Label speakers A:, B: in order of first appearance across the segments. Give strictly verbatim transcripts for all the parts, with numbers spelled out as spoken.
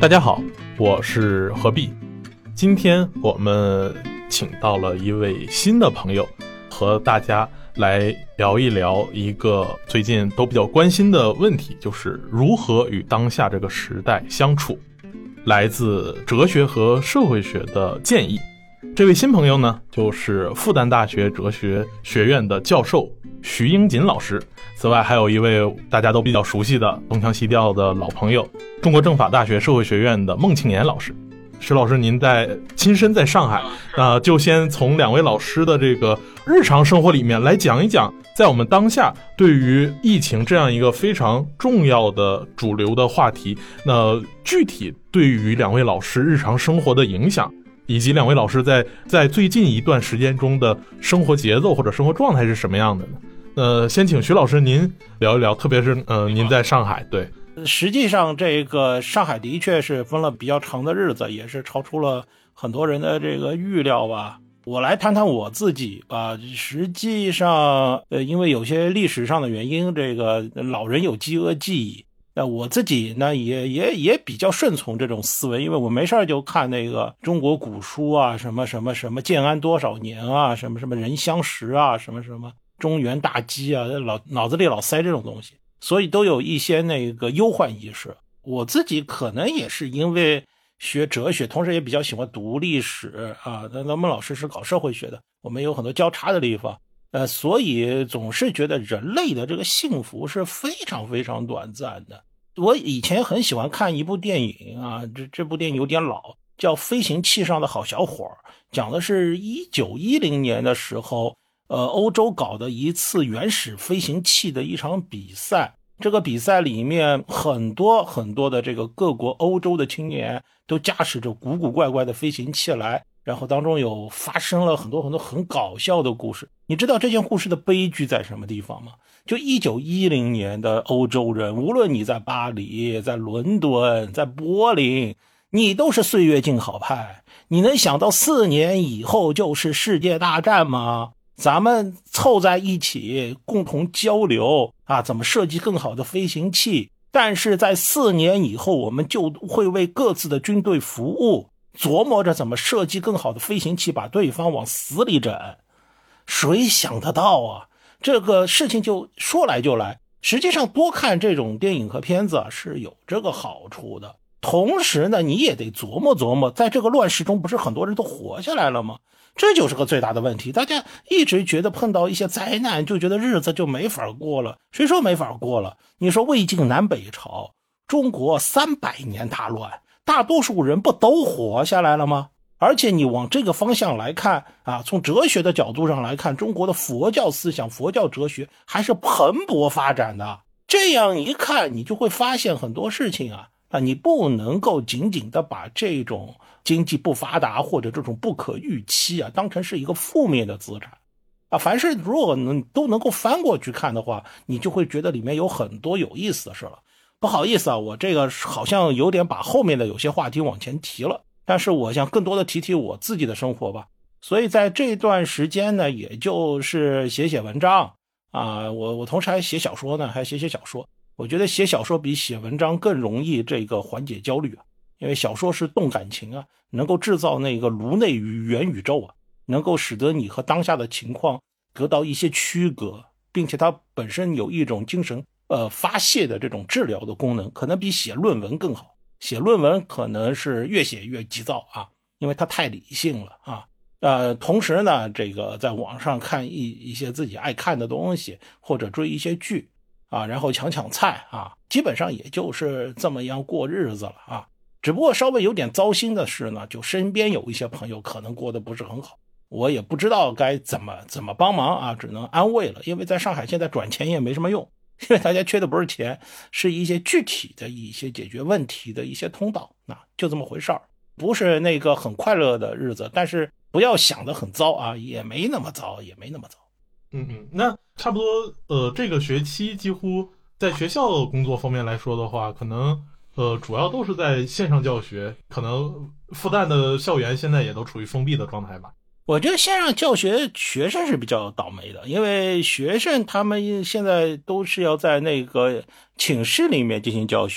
A: 大家好，我是何必。今天我们请到了一位新的朋友，和大家来聊一聊一个最近都比较关心的问题，就是如何与当下这个时代相处。来自哲学和社会学的建议。这位新朋友呢，就是复旦大学哲学学院的教授徐英锦老师。此外还有一位大家都比较熟悉的东腔西调的老朋友，中国政法大学社会学院的孟庆年老师。徐老师您在亲身在上海，那就先从两位老师的这个日常生活里面来讲一讲，在我们当下对于疫情这样一个非常重要的主流的话题，那具体对于两位老师日常生活的影响，以及两位老师在在最近一段时间中的生活节奏或者生活状态是什么样的呢？呃，先请徐老师您聊一聊，特别是呃您在上海。对，
B: 实际上这个上海的确是分了比较长的日子，也是超出了很多人的这个预料吧。我来谈谈我自己吧。实际上呃因为有些历史上的原因，这个老人有饥饿记忆，那我自己呢也也也比较顺从这种思维，因为我没事就看那个中国古书啊，什么什么什么建安多少年啊，什么什么人相识啊，什么什么中原大饥啊，老脑子里老塞这种东西，所以都有一些那个忧患意识。我自己可能也是因为学哲学，同时也比较喜欢读历史啊，那咱们老师是搞社会学的，我们有很多交叉的地方，呃，所以总是觉得人类的这个幸福是非常非常短暂的。我以前很喜欢看一部电影啊，这这部电影有点老，叫《飞行器上的好小伙》，讲的是一九一零年的时候，呃，欧洲搞的一次原始飞行器的一场比赛。这个比赛里面很多很多的这个各国欧洲的青年都驾驶着古古怪怪的飞行器来，然后当中有发生了很多很多很搞笑的故事。你知道这件故事的悲剧在什么地方吗？就一九一零年的欧洲人，无论你在巴黎、在伦敦、在柏林，你都是岁月静好派。你能想到四年以后就是世界大战吗？咱们凑在一起共同交流啊，怎么设计更好的飞行器，但是在四年以后我们就会为各自的军队服务，琢磨着怎么设计更好的飞行器把对方往死里整。谁想得到啊，这个事情就说来就来。实际上多看这种电影和片子啊是有这个好处的，同时呢你也得琢磨琢磨，在这个乱世中不是很多人都活下来了吗？这就是个最大的问题。大家一直觉得碰到一些灾难就觉得日子就没法过了，谁说没法过了？你说魏晋南北朝，中国三百年大乱，大多数人不都活下来了吗？而且你往这个方向来看啊，从哲学的角度上来看，中国的佛教思想、佛教哲学还是蓬勃发展的。这样一看，你就会发现很多事情啊，啊，你不能够仅仅的把这种经济不发达或者这种不可预期啊当成是一个负面的资产啊。凡是如果能都能够翻过去看的话，你就会觉得里面有很多有意思的事了。不好意思啊，我这个好像有点把后面的有些话题往前提了，但是我想更多的提提我自己的生活吧。所以在这段时间呢，也就是写写文章啊，我我同时还写小说呢，还写写小说。我觉得写小说比写文章更容易这个缓解焦虑啊，因为小说是动感情啊，能够制造那个颅内元宇宙啊，能够使得你和当下的情况得到一些区隔，并且它本身有一种精神呃发泄的这种治疗的功能，可能比写论文更好。写论文可能是越写越急躁啊，因为它太理性了啊。呃，同时呢，这个在网上看一一些自己爱看的东西，或者追一些剧啊，然后抢抢菜啊，基本上也就是这么样过日子了啊。只不过稍微有点糟心的是呢，就身边有一些朋友可能过得不是很好，我也不知道该怎么怎么帮忙啊，只能安慰了。因为在上海现在转钱也没什么用，因为大家缺的不是钱，是一些具体的一些解决问题的一些通道，那就这么回事儿。不是那个很快乐的日子，但是不要想得很糟啊，也没那么糟，也没那么糟。
A: 嗯嗯，那差不多呃，这个学期几乎在学校工作方面来说的话，可能呃主要都是在线上教学，可能复旦的校园现在也都处于封闭的状态吧。
B: 我觉得线上教学学生是比较倒霉的，因为学生他们现在都是要在那个寝室里面进行教学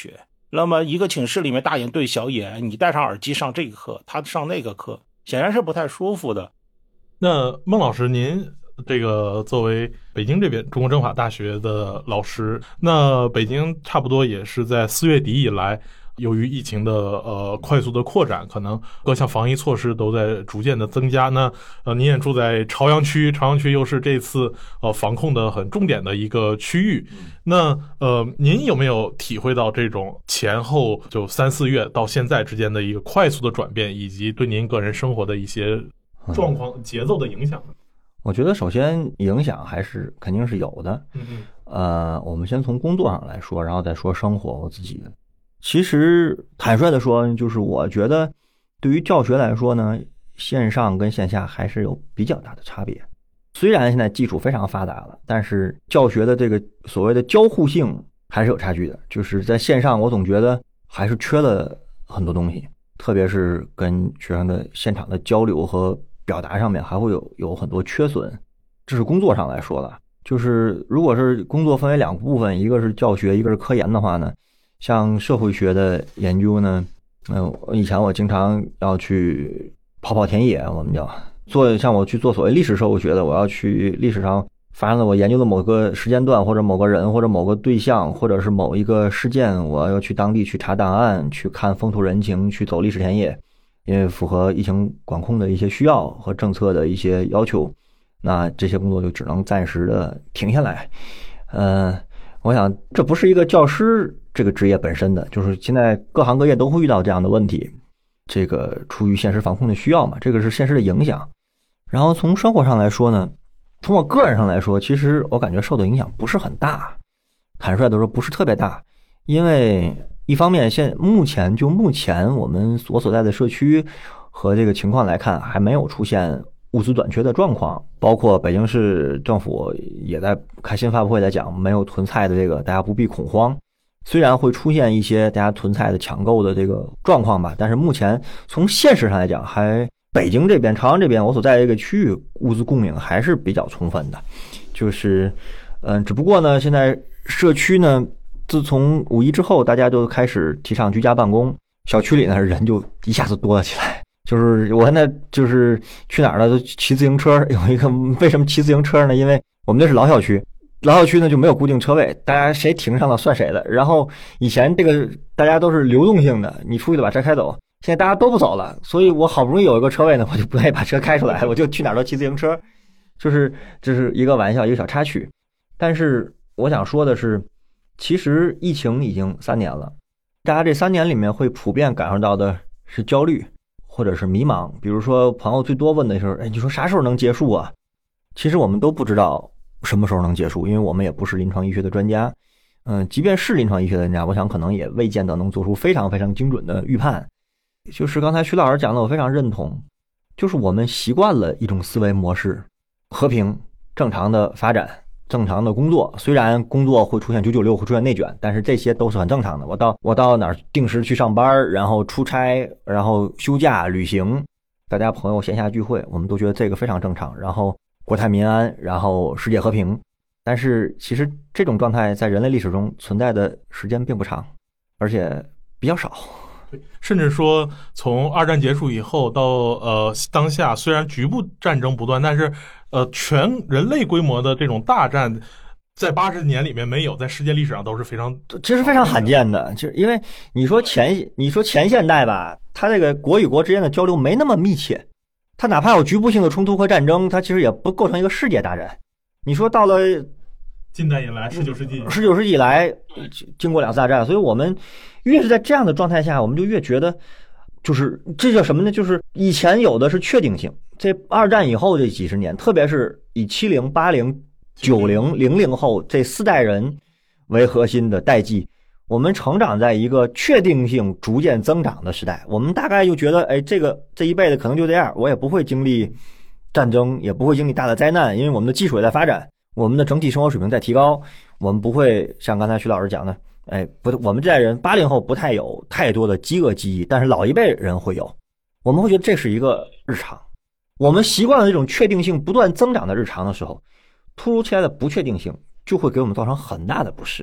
B: 那么一个寝室里面大眼对小眼，你戴上耳机上这个课，他上那个课，显然是不太舒服的。
A: 那孟老师，您这个作为北京这边中国政法大学的老师，那北京差不多也是在四月底以来，由于疫情的呃快速的扩展，可能各项防疫措施都在逐渐的增加。那呃，您也住在朝阳区，朝阳区又是这次呃防控的很重点的一个区域。那呃，您有没有体会到这种前后就三四月到现在之间的一个快速的转变，以及对您个人生活的一些状况、节奏的影响呢？
C: 我觉得首先影响还是肯定是有的。
A: 嗯嗯。
C: 呃，我们先从工作上来说，然后再说生活我自己的。其实坦率的说，就是我觉得对于教学来说呢，线上跟线下还是有比较大的差别。虽然现在技术非常发达了，但是教学的这个所谓的交互性还是有差距的。就是在线上我总觉得还是缺了很多东西，特别是跟学生的现场的交流和表达上面还会有有很多缺损。这是工作上来说了，就是如果是工作分为两个部分，一个是教学，一个是科研的话呢，像社会学的研究呢，嗯、呃，以前我经常要去跑跑田野，我们叫做，像我去做所谓历史社会学的，我要去历史上发生了我研究的某个时间段，或者某个人，或者某个对象，或者是某一个事件，我要去当地去查档案，去看风土人情，去走历史田野，因为符合疫情管控的一些需要和政策的一些要求，那这些工作就只能暂时的停下来。嗯、呃，我想这不是一个教师这个职业本身的，就是现在各行各业都会遇到这样的问题，这个出于现实防控的需要嘛，这个是现实的影响。然后从生活上来说呢，从我个人上来说，其实我感觉受的影响不是很大，坦率的说不是特别大。因为一方面现目前就目前我们所所在的社区和这个情况来看，还没有出现物资短缺的状况，包括北京市政府也在开新发布会来讲，没有囤菜的这个大家不必恐慌。虽然会出现一些大家囤菜的抢购的这个状况吧，但是目前从现实上来讲，还北京这边朝阳这边我所在的这个区域物资供应还是比较充分的。就是嗯，只不过呢现在社区呢自从五一之后，大家就开始提倡居家办公，小区里呢人就一下子多了起来。就是我现在就是去哪儿了都骑自行车，有一个为什么骑自行车呢？因为我们那是老小区，老小区呢就没有固定车位，大家谁停上了算谁的。然后以前这个大家都是流动性的，你出去的把车开走，现在大家都不走了，所以我好不容易有一个车位呢，我就不愿意把车开出来，我就去哪儿都骑自行车。就是这是一个玩笑，一个小插曲。但是我想说的是，其实疫情已经三年了，大家这三年里面会普遍感受到的是焦虑或者是迷茫。比如说朋友最多问的是，哎，你说啥时候能结束啊？其实我们都不知道什么时候能结束，因为我们也不是临床医学的专家。嗯，即便是临床医学的专家，我想可能也未见得能做出非常非常精准的预判。就是刚才徐老师讲的，我非常认同，就是我们习惯了一种思维模式，和平正常的发展，正常的工作。虽然工作会出现九九六，会出现内卷，但是这些都是很正常的。我到我到哪儿定时去上班，然后出差，然后休假旅行，大家朋友线下聚会，我们都觉得这个非常正常。然后国泰民安，然后世界和平。但是其实这种状态在人类历史中存在的时间并不长，而且比较少。
A: 甚至说从二战结束以后到呃当下，虽然局部战争不断，但是呃全人类规模的这种大战在八十年里面没有，在世界历史上都是非常
C: 这是非常罕见的。就是因为你说前你说前现代吧，它这个国与国之间的交流没那么密切，它哪怕有局部性的冲突和战争，它其实也不构成一个世界大战。你说到了
A: 近代以来，十九世纪，
C: 十九世纪以来，经过两次大战，所以我们越是在这样的状态下，我们就越觉得，就是这叫什么呢？就是以前有的是确定性，这二战以后这几十年，特别是以七零、八零、九零、零零后这四代人为核心的代际，我们成长在一个确定性逐渐增长的时代。我们大概就觉得，哎，这个这一辈子可能就这样，我也不会经历战争，也不会经历大的灾难，因为我们的技术也在发展。我们的整体生活水平在提高，我们不会像刚才徐老师讲的，哎，不，我们这代人八零后不太有太多的饥饿记忆，但是老一辈人会有，我们会觉得这是一个日常。我们习惯了这种确定性不断增长的日常的时候，突如其来的不确定性就会给我们造成很大的不适。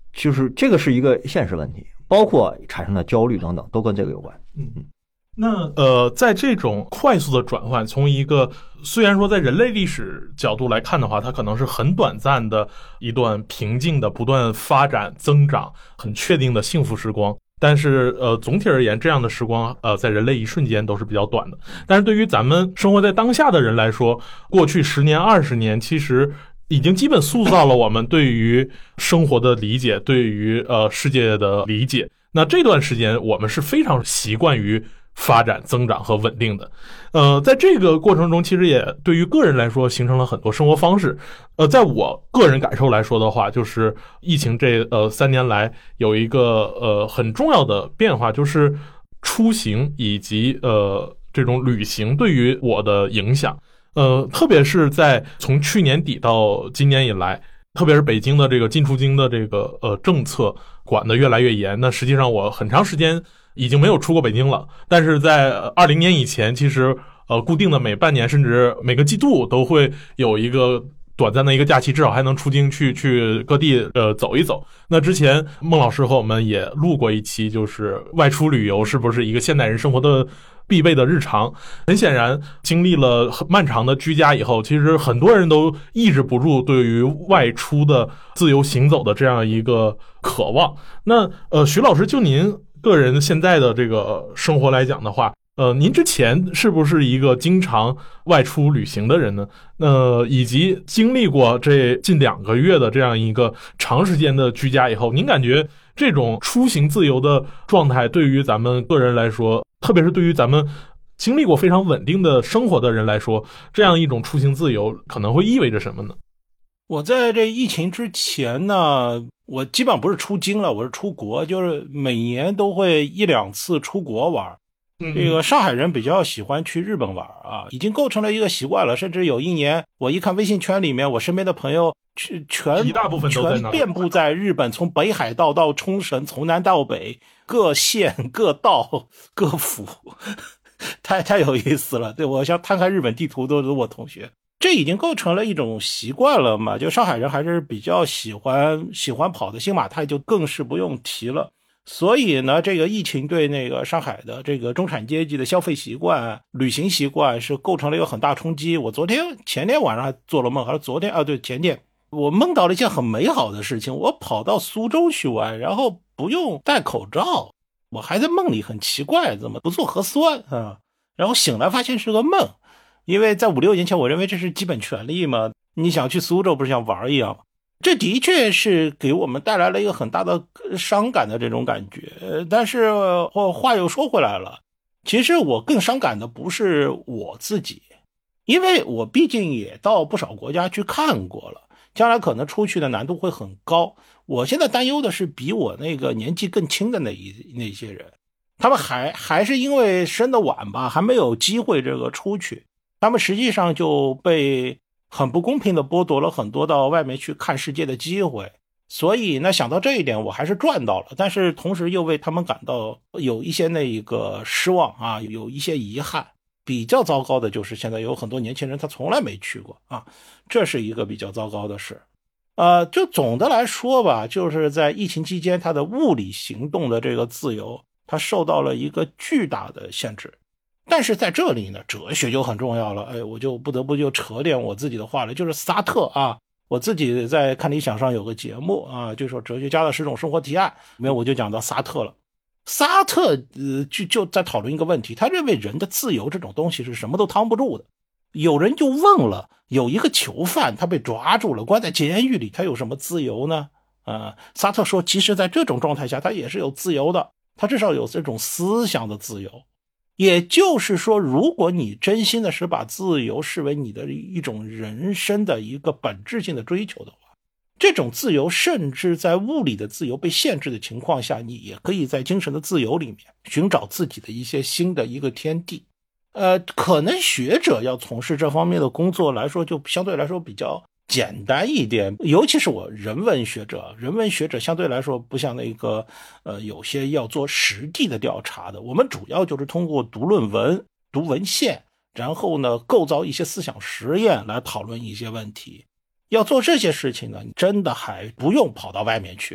C: 就是这个是一个现实问题，包括产生的焦虑等等，都跟这个有关。
A: 嗯，那呃，在这种快速的转换，从一个虽然说在人类历史角度来看的话，它可能是很短暂的一段平静的不断发展增长很确定的幸福时光，但是呃，总体而言这样的时光呃，在人类一瞬间都是比较短的。但是对于咱们生活在当下的人来说，过去十年二十年其实已经基本塑造了我们对于生活的理解，对于呃世界的理解。那这段时间我们是非常习惯于发展增长和稳定的。呃，在这个过程中其实也对于个人来说形成了很多生活方式。呃，在我个人感受来说的话，就是疫情这呃三年来有一个呃很重要的变化，就是出行以及呃这种旅行对于我的影响。呃，特别是在从去年底到今年以来，特别是北京的这个进出京的这个呃政策管得越来越严。那实际上我很长时间已经没有出过北京了，但是在二零年以前，其实呃固定的每半年甚至每个季度都会有一个短暂的一个假期，至少还能出京去去各地呃走一走。那之前孟老师和我们也录过一期，就是外出旅游是不是一个现代人生活的必备的日常。很显然经历了很漫长的居家以后，其实很多人都抑制不住对于外出的自由行走的这样一个渴望。那呃徐老师，就您个人现在的这个生活来讲的话，呃，您之前是不是一个经常外出旅行的人呢？呃，以及经历过这近两个月的这样一个长时间的居家以后，您感觉这种出行自由的状态对于咱们个人来说，特别是对于咱们经历过非常稳定的生活的人来说，这样一种出行自由可能会意味着什么呢？
B: 我在这疫情之前呢，我基本上不是出京了，我是出国，就是每年都会一两次出国玩。这个上海人比较喜欢去日本玩啊，已经构成了一个习惯了。甚至有一年，我一看微信圈里面，我身边的朋友全
A: 一大部分都在
B: 全遍布在日本，从北海道到冲绳，从南到北，各县各道各府，太太有意思了。对，我想摊开日本地图都是我同学。这已经构成了一种习惯了嘛，就上海人还是比较喜欢喜欢跑的，新马泰就更是不用提了。所以呢，这个疫情对那个上海的这个中产阶级的消费习惯、旅行习惯是构成了一个很大冲击。我昨天前天晚上还做了梦，还是昨天啊？对，前天我梦到了一件很美好的事情，我跑到苏州去玩，然后不用戴口罩。我还在梦里很奇怪，怎么不做核酸啊？然后醒来发现是个梦。因为在五六年前，我认为这是基本权利嘛，你想去苏州不是像玩一样吗？这的确是给我们带来了一个很大的伤感的这种感觉。但是话又说回来了，其实我更伤感的不是我自己，因为我毕竟也到不少国家去看过了，将来可能出去的难度会很高。我现在担忧的是比我那个年纪更轻的那一那些人，他们还还是因为生得晚吧，还没有机会这个出去。他们实际上就被很不公平的剥夺了很多到外面去看世界的机会。所以呢，想到这一点我还是赚到了，但是同时又为他们感到有一些那个失望啊，有一些遗憾。比较糟糕的就是现在有很多年轻人他从来没去过啊，这是一个比较糟糕的事。呃，就总的来说吧，就是在疫情期间他的物理行动的这个自由他受到了一个巨大的限制。但是在这里呢，哲学就很重要了。哎，我就不得不就扯点我自己的话了，就是萨特啊，我自己在看理想上有个节目啊，就说哲学家的十种生活提案，里面我就讲到萨特了。萨特呃就就在讨论一个问题，他认为人的自由这种东西是什么都扛不住的。有人就问了，有一个囚犯他被抓住了，关在监狱里，他有什么自由呢？啊，萨特说，其实在这种状态下他也是有自由的，他至少有这种思想的自由。也就是说，如果你真心的是把自由视为你的一种人生的一个本质性的追求的话，这种自由甚至在物理的自由被限制的情况下，你也可以在精神的自由里面寻找自己的一些新的一个天地。呃，可能学者要从事这方面的工作来说，就相对来说比较简单一点，尤其是我人文学者，人文学者相对来说不像那个呃有些要做实地的调查的，我们主要就是通过读论文、读文献，然后呢构造一些思想实验来讨论一些问题。要做这些事情呢，真的还不用跑到外面去的。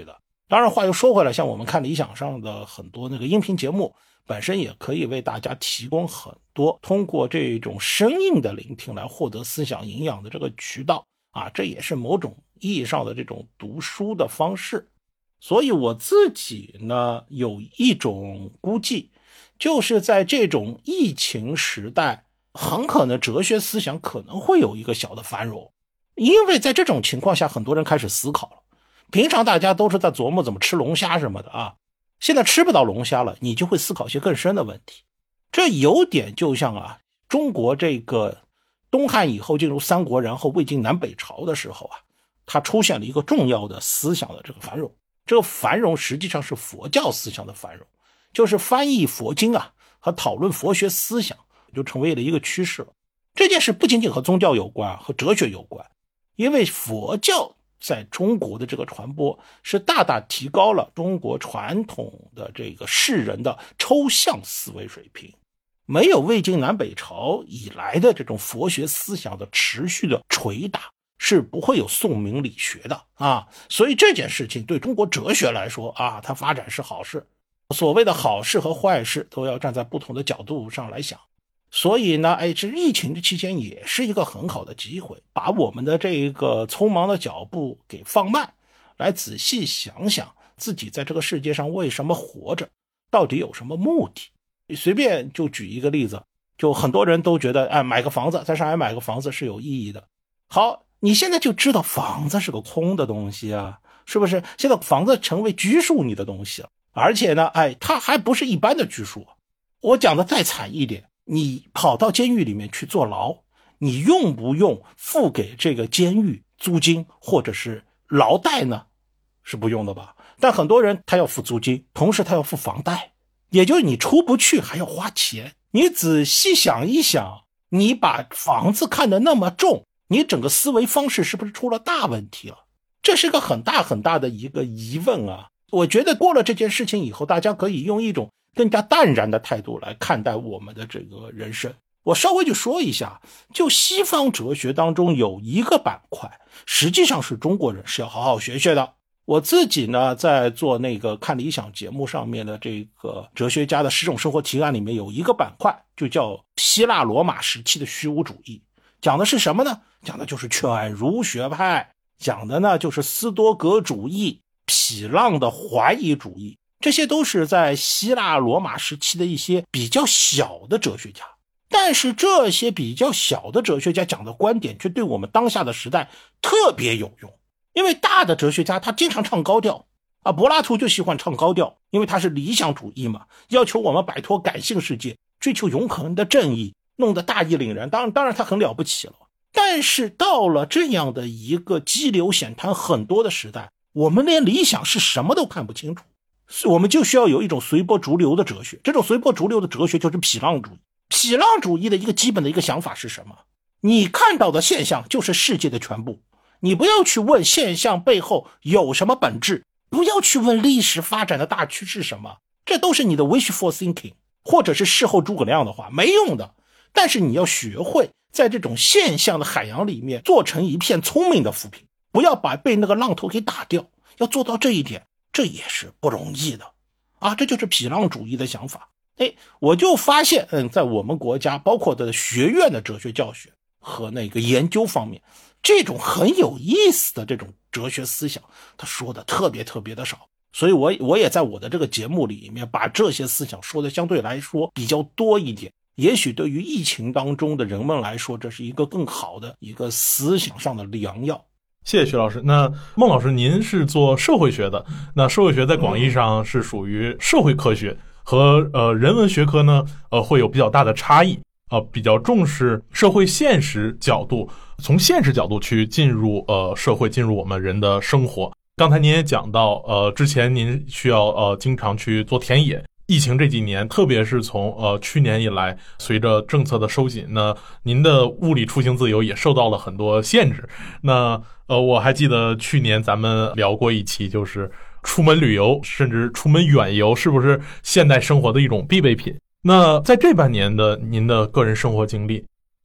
B: 当然话又说回来，像我们看理想上的很多那个音频节目本身也可以为大家提供很多通过这种声音的聆听来获得思想营养的这个渠道啊，这也是某种意义上的这种读书的方式。所以我自己呢有一种估计，就是在这种疫情时代，很可能哲学思想可能会有一个小的繁荣，因为在这种情况下很多人开始思考了。平常大家都是在琢磨怎么吃龙虾什么的啊，现在吃不到龙虾了，你就会思考一些更深的问题。这有点就像啊，中国这个东汉以后进入三国，然后魏晋南北朝的时候啊，它出现了一个重要的思想的这个繁荣。这个繁荣实际上是佛教思想的繁荣，就是翻译佛经啊和讨论佛学思想就成为了一个趋势了。这件事不仅仅和宗教有关，和哲学有关，因为佛教在中国的这个传播是大大提高了中国传统的这个士人的抽象思维水平。没有魏晋南北朝以来的这种佛学思想的持续的捶打，是不会有宋明理学的啊。所以这件事情对中国哲学来说啊，它发展是好事。所谓的好事和坏事都要站在不同的角度上来想。所以呢，哎，这疫情的期间也是一个很好的机会，把我们的这个匆忙的脚步给放慢，来仔细想想自己在这个世界上为什么活着，到底有什么目的。随便就举一个例子，就很多人都觉得，哎，买个房子，在上海买个房子是有意义的。好，你现在就知道房子是个空的东西啊，是不是？现在房子成为拘束你的东西了，而且呢，哎，它还不是一般的拘束。我讲的再惨一点，你跑到监狱里面去坐牢，你用不用付给这个监狱租金或者是劳贷呢？是不用的吧？但很多人他要付租金，同时他要付房贷，也就是你出不去还要花钱。你仔细想一想，你把房子看得那么重，你整个思维方式是不是出了大问题了？这是个很大很大的一个疑问啊！我觉得过了这件事情以后，大家可以用一种更加淡然的态度来看待我们的这个人生。我稍微就说一下，就西方哲学当中有一个板块，实际上是中国人是要好好学学的。我自己呢，在做那个看理想节目上面的这个哲学家的十种生活提案里面，有一个板块就叫希腊罗马时期的虚无主义。讲的是什么呢？讲的就是犬儒学派，讲的呢就是斯多葛主义、痞浪的怀疑主义，这些都是在希腊罗马时期的一些比较小的哲学家。但是这些比较小的哲学家讲的观点却对我们当下的时代特别有用。因为大的哲学家他经常唱高调啊，柏拉图就喜欢唱高调，因为他是理想主义嘛，要求我们摆脱感性世界，追求永恒的正义，弄得大义凛然。当然当然他很了不起了。但是到了这样的一个激流险滩很多的时代，我们连理想是什么都看不清楚，我们就需要有一种随波逐流的哲学。这种随波逐流的哲学就是痞浪主义。痞浪主义的一个基本的一个想法是什么？你看到的现象就是世界的全部，你不要去问现象背后有什么本质，不要去问历史发展的大趋势是什么，这都是你的 wishful thinking， 或者是事后诸葛亮的话，没用的。但是你要学会在这种现象的海洋里面做成一片聪明的浮萍，不要把被那个浪头给打掉。要做到这一点，这也是不容易的啊！这就是痞浪主义的想法。哎，我就发现，嗯，在我们国家，包括的学院的哲学教学和那个研究方面，这种很有意思的这种哲学思想，他说的特别特别的少。所以我我也在我的这个节目里面把这些思想说的相对来说比较多一点。也许对于疫情当中的人们来说，这是一个更好的一个思想上的良药。
A: 谢谢徐老师。那孟老师您是做社会学的，那社会学在广义上是属于社会科学，和呃人文学科呢呃会有比较大的差异，呃比较重视社会现实角度，从现实角度去进入呃社会，进入我们人的生活。刚才您也讲到，呃之前您需要呃经常去做田野。疫情这几年，特别是从呃去年以来，随着政策的收紧呢，您的物理出行自由也受到了很多限制。那呃我还记得去年咱们聊过一期，就是出门旅游，甚至出门远游，是不是现代生活的一种必备品？那在这半年的您的个人生活经历，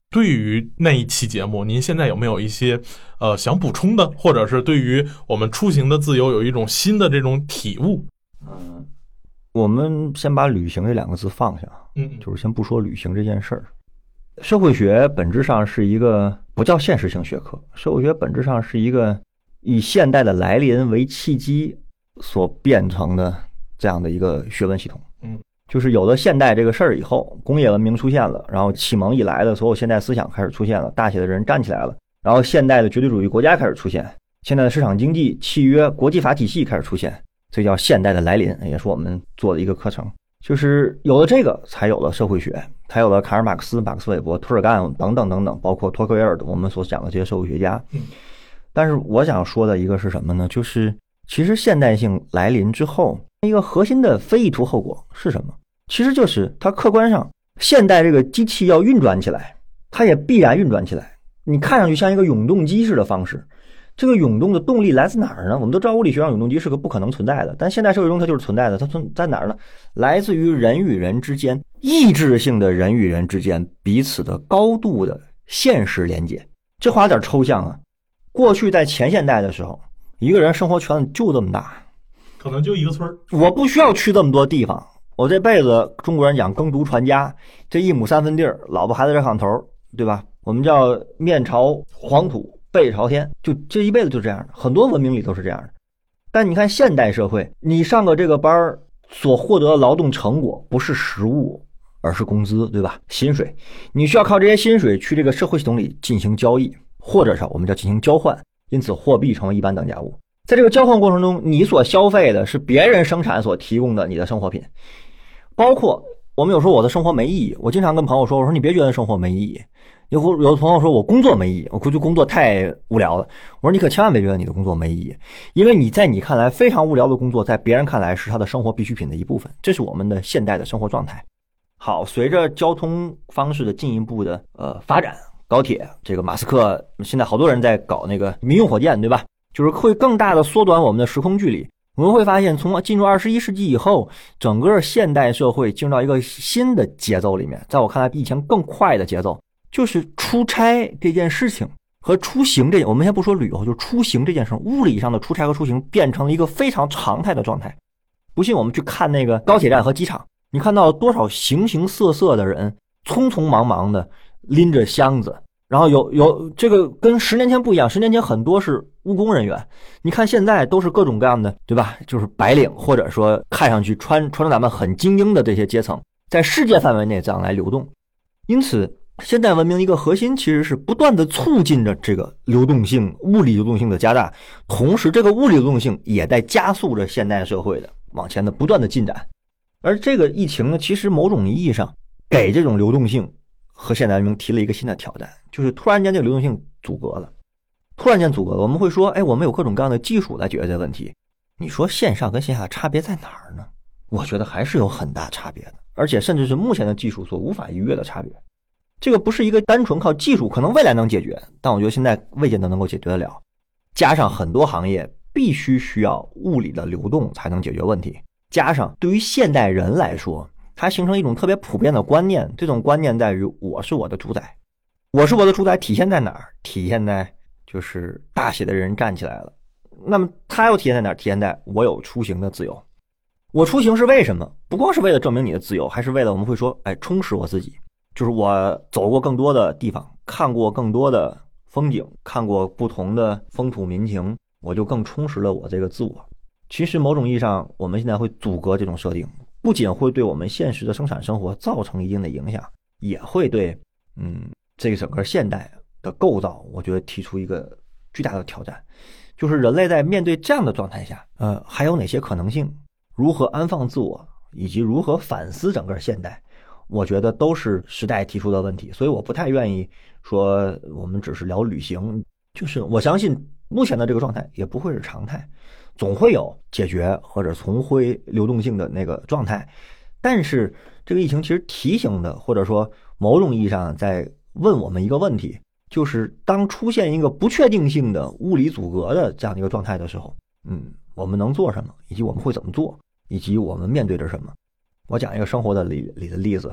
A: 对于那一期节目，您现在有没有一些呃想补充的，或者是对于我们出行的自由有一种新的这种体悟？
C: 嗯，我们先把旅行这两个字放下，
A: 嗯，
C: 就是先不说旅行这件事儿。社会学本质上是一个不叫现实性学科，社会学本质上是一个以现代的来临为契机所变成的这样的一个学问系统。
A: 嗯，
C: 就是有了现代这个事儿以后，工业文明出现了，然后启蒙以来的所有现代思想开始出现了，大写的人站起来了，然后现代的绝对主义国家开始出现，现在的市场经济、契约、国际法体系开始出现，这叫现代的来临，也是我们做的一个课程。就是有了这个，才有了社会学，才有了卡尔马克思、马克思韦伯、涂尔干等等等等，包括托克维尔我们所讲的这些社会学家。但是我想说的一个是什么呢？就是其实现代性来临之后，一个核心的非意图后果是什么？其实就是它客观上，现代这个机器要运转起来，它也必然运转起来。你看上去像一个永动机式的方式，这个永动的动力来自哪儿呢？我们都知道物理学上永动机是个不可能存在的，但现代社会中它就是存在的。它存在哪儿呢？来自于人与人之间，意志性的人与人之间彼此的高度的现实连接。这话有点抽象啊。过去在前现代的时候，一个人生活圈子就这么大，
A: 可能就一个村，
C: 我不需要去这么多地方。我这辈子中国人讲耕读传家，这一亩三分地儿，老婆孩子这炕头，对吧？我们叫面朝黄土背朝天，就这一辈子就这样的，很多文明里都是这样的。但你看现代社会，你上个这个班所获得的劳动成果不是实物，而是工资，对吧？薪水，你需要靠这些薪水去这个社会系统里进行交易，或者是我们叫进行交换，因此货币成为一般等价物。在这个交换过程中，你所消费的是别人生产所提供的你的生活品，包括我们有时候我的生活没意义，我经常跟朋友说，我说你别觉得生活没意义。有有的朋友说我工作没意义，我估计工作太无聊了。我说你可千万别觉得你的工作没意义，因为你在你看来非常无聊的工作，在别人看来是他的生活必需品的一部分，这是我们的现代的生活状态。好，随着交通方式的进一步的呃发展，高铁，这个马斯克现在好多人在搞那个民用火箭，对吧？就是会更大的缩短我们的时空距离。我们会发现，从进入二十一世纪以后，整个现代社会进入到一个新的节奏里面，在我看来比以前更快的节奏。就是出差这件事情和出行这，我们先不说旅游，就出行这件事，物理上的出差和出行变成了一个非常常态的状态。不信我们去看那个高铁站和机场，你看到多少形形色色的人匆匆忙忙的拎着箱子，然后有有这个跟十年前不一样，十年前很多是务工人员，你看现在都是各种各样的，对吧？就是白领，或者说看上去穿穿着打扮很精英的这些阶层，在世界范围内这样来流动。因此现代文明一个核心其实是不断的促进着这个流动性，物理流动性的加大，同时这个物理流动性也在加速着现代社会的往前的不断的进展。而这个疫情呢，其实某种意义上给这种流动性和现代文明提了一个新的挑战，就是突然间这个流动性阻隔了，突然间阻隔了。我们会说，哎，我们有各种各样的技术来解决这个问题。你说线上跟线下差别在哪儿呢？我觉得还是有很大差别的，而且甚至是目前的技术所无法逾越的差别。这个不是一个单纯靠技术可能未来能解决，但我觉得现在未见得能够解决得了。加上很多行业必须需要物理的流动才能解决问题，加上对于现代人来说，它形成一种特别普遍的观念，这种观念在于我是我的主宰。我是我的主宰体现在哪儿？体现在就是大写的人站起来了。那么它又体现在哪儿？体现在我有出行的自由。我出行是为什么？不光是为了证明你的自由，还是为了我们会说，哎，充实我自己。就是我走过更多的地方，看过更多的风景，看过不同的风土民情，我就更充实了我这个自我。其实某种意义上，我们现在会阻隔这种设定，不仅会对我们现实的生产生活造成一定的影响，也会对嗯这个整个现代的构造，我觉得提出一个巨大的挑战。就是人类在面对这样的状态下，呃，还有哪些可能性？如何安放自我，以及如何反思整个现代？我觉得都是时代提出的问题，所以我不太愿意说我们只是聊旅行。就是我相信目前的这个状态也不会是常态，总会有解决或者重回流动性的那个状态。但是这个疫情其实提醒的，或者说某种意义上在问我们一个问题，就是当出现一个不确定性的物理阻隔的这样的一个状态的时候，嗯，我们能做什么，以及我们会怎么做，以及我们面对着什么。我讲一个生活的里里的例子哈，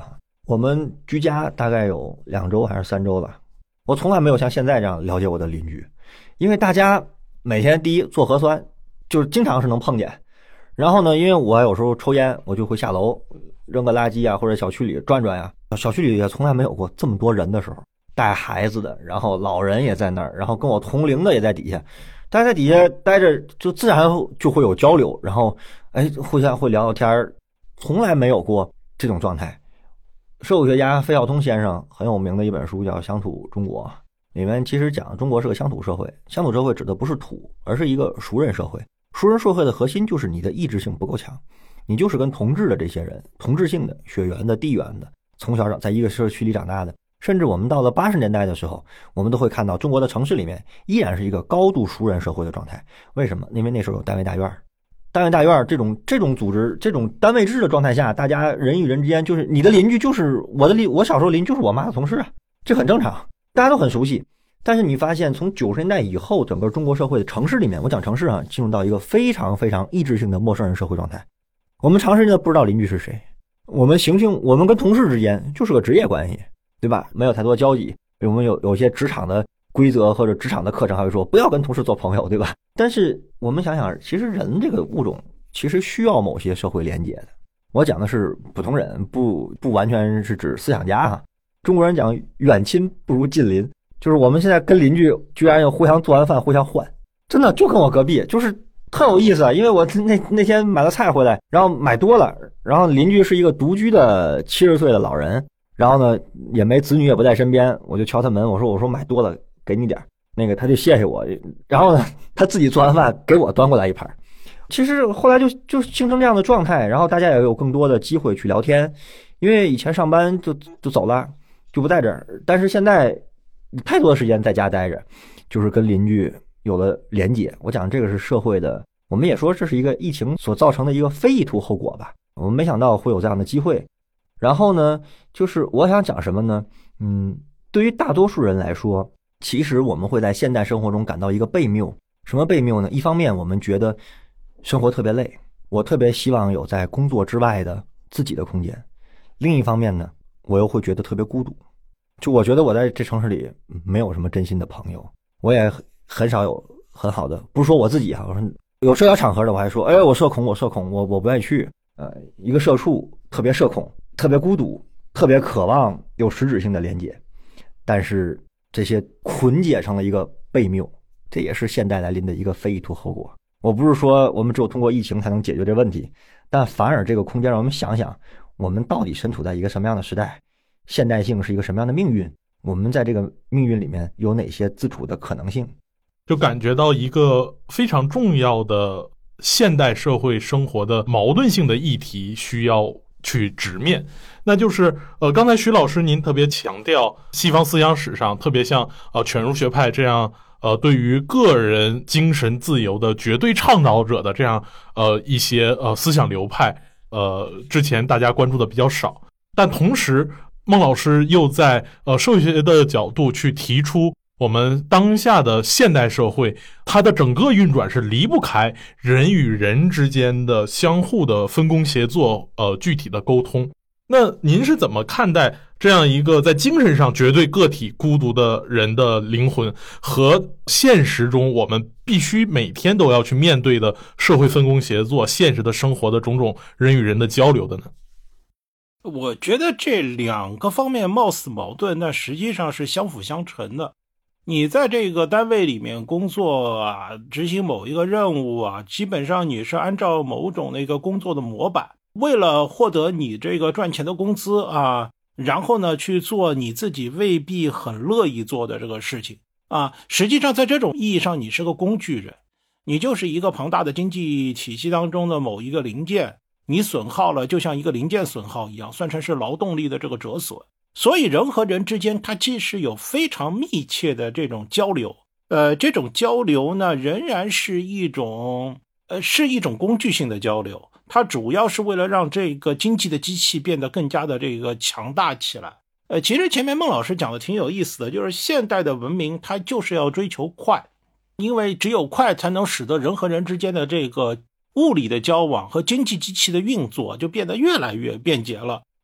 C: 我们居家大概有两周还是三周了，我从来没有像现在这样了解我的邻居，因为大家每天第一做核酸，就是经常是能碰见。然后呢，因为我有时候抽烟，我就会下楼扔个垃圾啊，或者小区里转转呀、啊。小区里也从来没有过这么多人的时候，带孩子的，然后老人也在那儿，然后跟我同龄的也在底下，大家在底下待着，就自然就会有交流，然后哎，互相会聊聊天，从来没有过这种状态。社会学家费孝通先生很有名的一本书叫《乡土中国》，里面其实讲中国是个乡土社会，乡土社会指的不是土，而是一个熟人社会。熟人社会的核心就是你的意志性不够强，你就是跟同治的这些人，同治性的、血缘的、地缘的，从小在一个社区里长大的。甚至我们到了八十年代的时候，我们都会看到中国的城市里面依然是一个高度熟人社会的状态。为什么？因为那时候有单位大院，单位大院这种这种组织、这种单位制的状态下，大家人与人之间就是你的邻居就是我的邻，我小时候邻居就是我妈的同事啊，这很正常，大家都很熟悉。但是你发现从九十年代以后，整个中国社会的城市里面，我讲城市啊，进入到一个非常非常意志性的陌生人社会状态。我们长时间的不知道邻居是谁，我们行性，我们跟同事之间就是个职业关系，对吧？没有太多交集。我们有有些职场的规则或者职场的课程还会说不要跟同事做朋友，对吧？但是我们想想，其实人这个物种其实需要某些社会连结的。我讲的是普通人，不不完全是指思想家哈。中国人讲远亲不如近邻。就是我们现在跟邻居居然要互相做完饭互相换，真的就跟我隔壁，就是特有意思啊！因为我那那天买了菜回来，然后买多了，然后邻居是一个独居的七十岁的老人，然后呢也没子女也不在身边，我就敲他门，我说我说买多了给你点，那个他就谢谢我，然后呢他自己做完饭给我端过来一盘。其实后来就就形成这样的状态，然后大家也有更多的机会去聊天，因为以前上班就就走了，就不在这儿，但是现在太多的时间在家待着，就是跟邻居有了连结。我讲这个是社会的，我们也说这是一个疫情所造成的一个非意图后果吧。我们没想到会有这样的机会。然后呢，就是我想讲什么呢？嗯，对于大多数人来说，其实我们会在现代生活中感到一个悖谬。什么悖谬呢？一方面我们觉得生活特别累，我特别希望有在工作之外的自己的空间。另一方面呢，我又会觉得特别孤独。就我觉得我在这城市里没有什么真心的朋友，我也很少有很好的，不是说我自己哈，我说有社交场合的我还说，哎，我社恐，我社恐，我我不愿意去。呃，一个社畜特别社恐，特别孤独，特别渴望有实质性的连接，但是这些捆结成了一个悖谬，这也是现代来临的一个非意图后果。我不是说我们只有通过疫情才能解决这问题，但反而这个空间让我们想想，我们到底身处在一个什么样的时代。现代性是一个什么样的命运？我们在这个命运里面有哪些自处的可能性？
A: 就感觉到一个非常重要的现代社会生活的矛盾性的议题需要去直面，那就是呃，刚才徐老师您特别强调西方思想史上，特别像呃犬儒学派这样呃对于个人精神自由的绝对倡导者的这样呃一些呃思想流派，呃之前大家关注的比较少，但同时孟老师又在呃社会学的角度去提出，我们当下的现代社会，它的整个运转是离不开人与人之间的相互的分工协作，呃，具体的沟通。那您是怎么看待这样一个在精神上绝对个体孤独的人的灵魂，和现实中我们必须每天都要去面对的社会分工协作、现实的生活的种种人与人的交流的呢？
B: 我觉得这两个方面貌似矛盾，但实际上是相辅相成的。你在这个单位里面工作啊，执行某一个任务啊，基本上你是按照某种那个工作的模板，为了获得你这个赚钱的工资啊，然后呢去做你自己未必很乐意做的这个事情啊。实际上在这种意义上，你是个工具人，你就是一个庞大的经济体系当中的某一个零件。你损耗了，就像一个零件损耗一样，算成是劳动力的这个折损。所以人和人之间，它既是有非常密切的这种交流，呃，这种交流呢，仍然是一种，呃，是一种工具性的交流。它主要是为了让这个经济的机器变得更加的这个强大起来。呃，其实前面孟老师讲的挺有意思的，就是现代的文明，它就是要追求快，因为只有快才能使得人和人之间的这个物理的交往和经济机器的运作就变得越来越便捷了。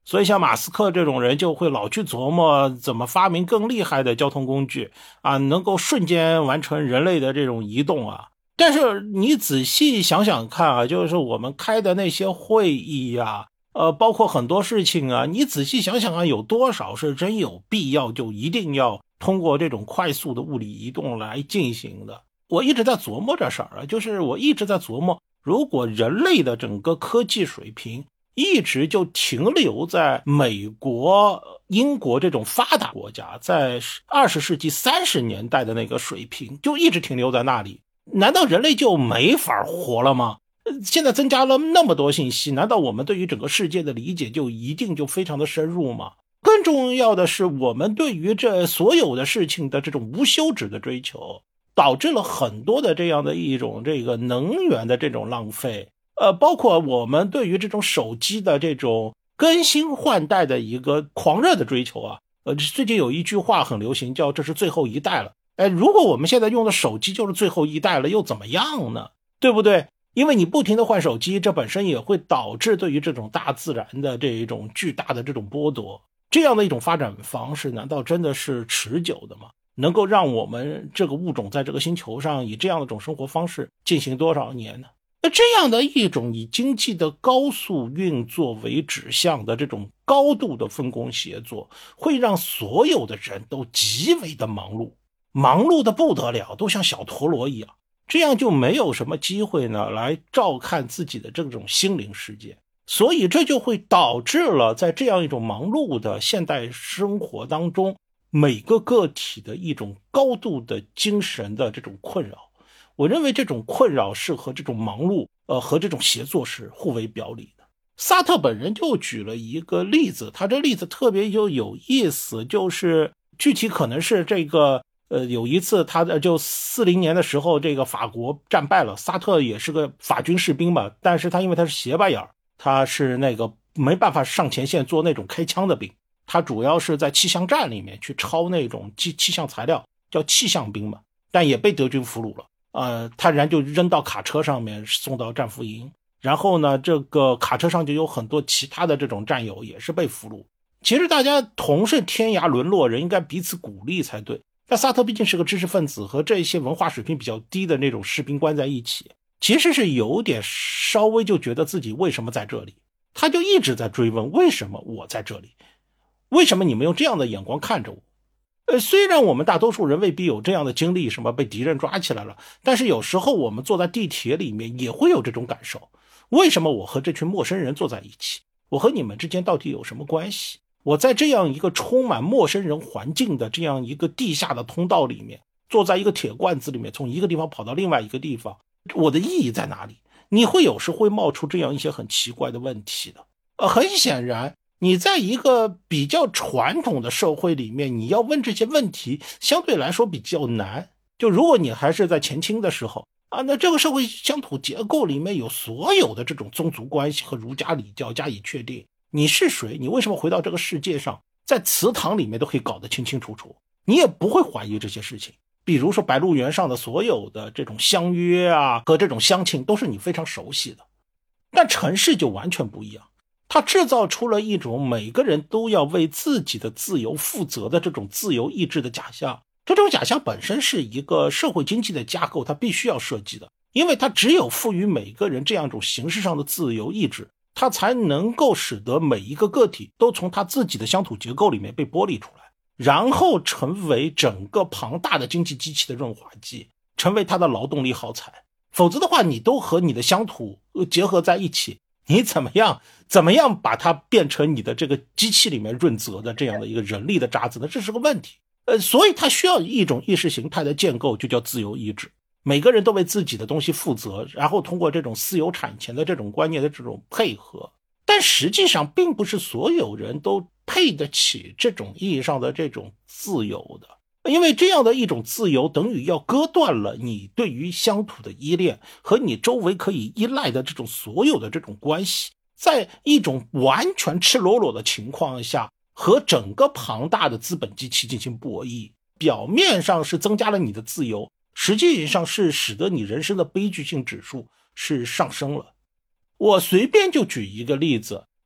B: 所以像马斯克这种人就会老去琢磨怎么发明更厉害的交通工具啊，能够瞬间完成人类的这种移动啊。但是你仔细想想看啊，就是我们开的那些会议啊，呃，包括很多事情啊，你仔细想想啊，有多少是真有必要就一定要通过这种快速的物理移动来进行的？我一直在琢磨这事儿啊，就是我一直在琢磨，如果人类的整个科技水平一直就停留在美国、英国这种发达国家，在二十世纪三十年代的那个水平，就一直停留在那里，难道人类就没法活了吗？现在增加了那么多信息，难道我们对于整个世界的理解就一定就非常的深入吗？更重要的是，我们对于这所有的事情的这种无休止的追求，导致了很多的这样的一种这个能源的这种浪费，呃，包括我们对于这种手机的这种更新换代的一个狂热的追求啊，呃，最近有一句话很流行，叫这是最后一代了。哎，如果我们现在用的手机就是最后一代了，又怎么样呢？对不对？因为你不停的换手机，这本身也会导致对于这种大自然的这一种巨大的这种剥夺。这样的一种发展方式，难道真的是持久的吗？能够让我们这个物种在这个星球上以这样的一种生活方式进行多少年呢？那这样的一种以经济的高速运作为指向的这种高度的分工协作，会让所有的人都极为的忙碌，忙碌的不得了，都像小陀螺一样，这样就没有什么机会呢来照看自己的这种心灵世界。所以这就会导致了在这样一种忙碌的现代生活当中，每个个体的一种高度的精神的这种困扰。我认为这种困扰是和这种忙碌呃，和这种协作是互为表里的。萨特本人就举了一个例子，他这例子特别就有意思，就是具体可能是这个呃，有一次他的就四零年的时候，这个法国战败了，萨特也是个法军士兵嘛，但是他因为他是斜巴眼，他是那个没办法上前线做那种开枪的兵，他主要是在气象站里面去抄那种气气象材料，叫气象兵嘛，但也被德军俘虏了。呃，他然就扔到卡车上面送到战俘营，然后呢，这个卡车上就有很多其他的这种战友也是被俘虏。其实大家同是天涯沦落人，应该彼此鼓励才对。但萨特毕竟是个知识分子，和这些文化水平比较低的那种士兵关在一起，其实是有点稍微就觉得自己为什么在这里，他就一直在追问为什么我在这里，为什么你们用这样的眼光看着我。呃，虽然我们大多数人未必有这样的经历，什么被敌人抓起来了，但是有时候我们坐在地铁里面也会有这种感受。为什么我和这群陌生人坐在一起？我和你们之间到底有什么关系？我在这样一个充满陌生人环境的这样一个地下的通道里面，坐在一个铁罐子里面，从一个地方跑到另外一个地方，我的意义在哪里？你会有时会冒出这样一些很奇怪的问题的。呃，很显然你在一个比较传统的社会里面，你要问这些问题相对来说比较难。就如果你还是在前清的时候啊，那这个社会乡土结构里面有所有的这种宗族关系和儒家礼教加以确定，你是谁，你为什么回到这个世界上，在祠堂里面都可以搞得清清楚楚，你也不会怀疑这些事情。比如说白鹿原上的所有的这种相约啊和这种乡亲都是你非常熟悉的。但城市就完全不一样，它制造出了一种每个人都要为自己的自由负责的这种自由意志的假象。这种假象本身是一个社会经济的架构，它必须要设计的，因为它只有赋予每个人这样一种形式上的自由意志，它才能够使得每一个个体都从他自己的乡土结构里面被剥离出来，然后成为整个庞大的经济机器的润滑剂，成为他的劳动力耗材。否则的话，你都和你的乡土结合在一起，你怎么样怎么样把它变成你的这个机器里面润泽的这样的一个人力的渣子呢？这是个问题。呃，所以它需要一种意识形态的建构，就叫自由意志。每个人都为自己的东西负责，然后通过这种私有产权的这种观念的这种配合。但实际上并不是所有人都配得起这种意义上的这种自由的，因为这样的一种自由等于要割断了你对于乡土的依恋和你周围可以依赖的这种所有的这种关系，在一种完全赤裸裸的情况下和整个庞大的资本机器进行博弈。表面上是增加了你的自由，实际上是使得你人生的悲剧性指数是上升了。我随便就举一个例子，